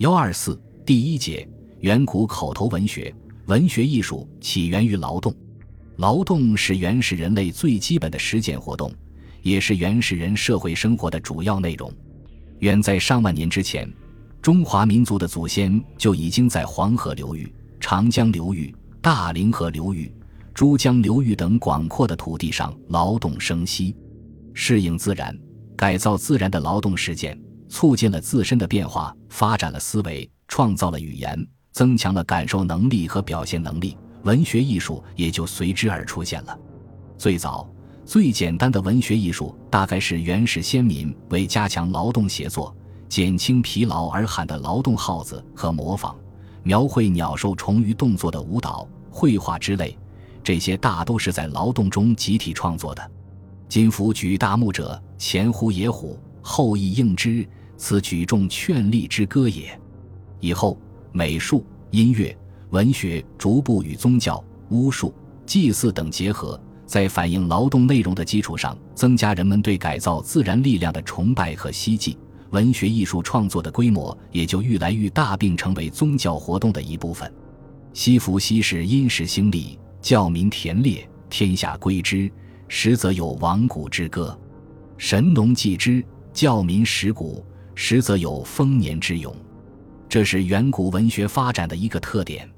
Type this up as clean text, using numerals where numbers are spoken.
124第一节，远古口头文学。文学艺术起源于劳动。劳动是原始人类最基本的实践活动，也是原始人社会生活的主要内容。远在上万年之前，中华民族的祖先就已经在黄河流域、长江流域、大凌河流域、珠江流域等广阔的土地上劳动生息。适应自然、改造自然的劳动实践，促进了自身的变化，发展了思维，创造了语言，增强了感受能力和表现能力，文学艺术也就随之而出现了。最早最简单的文学艺术大概是原始先民为加强劳动协作、减轻疲劳而喊的劳动号子和模仿、描绘鸟兽虫鱼动作的舞蹈、绘画之类，这些大都是在劳动中集体创作的。今夫举大木者，前乎野虎，后羿应之，此举重劝力之歌也。以后美术、音乐、文学逐步与宗教、巫术、祭祀等结合，在反映劳动内容的基础上，增加人们对改造自然力量的崇拜和希冀，文学艺术创作的规模也就愈来愈大，并成为宗教活动的一部分。昔夫昔时因时兴利，教民田猎，天下归之，实则有亡谷之歌；神农祭之，教民食谷，实则有丰年之咏。这是远古文学发展的一个特点。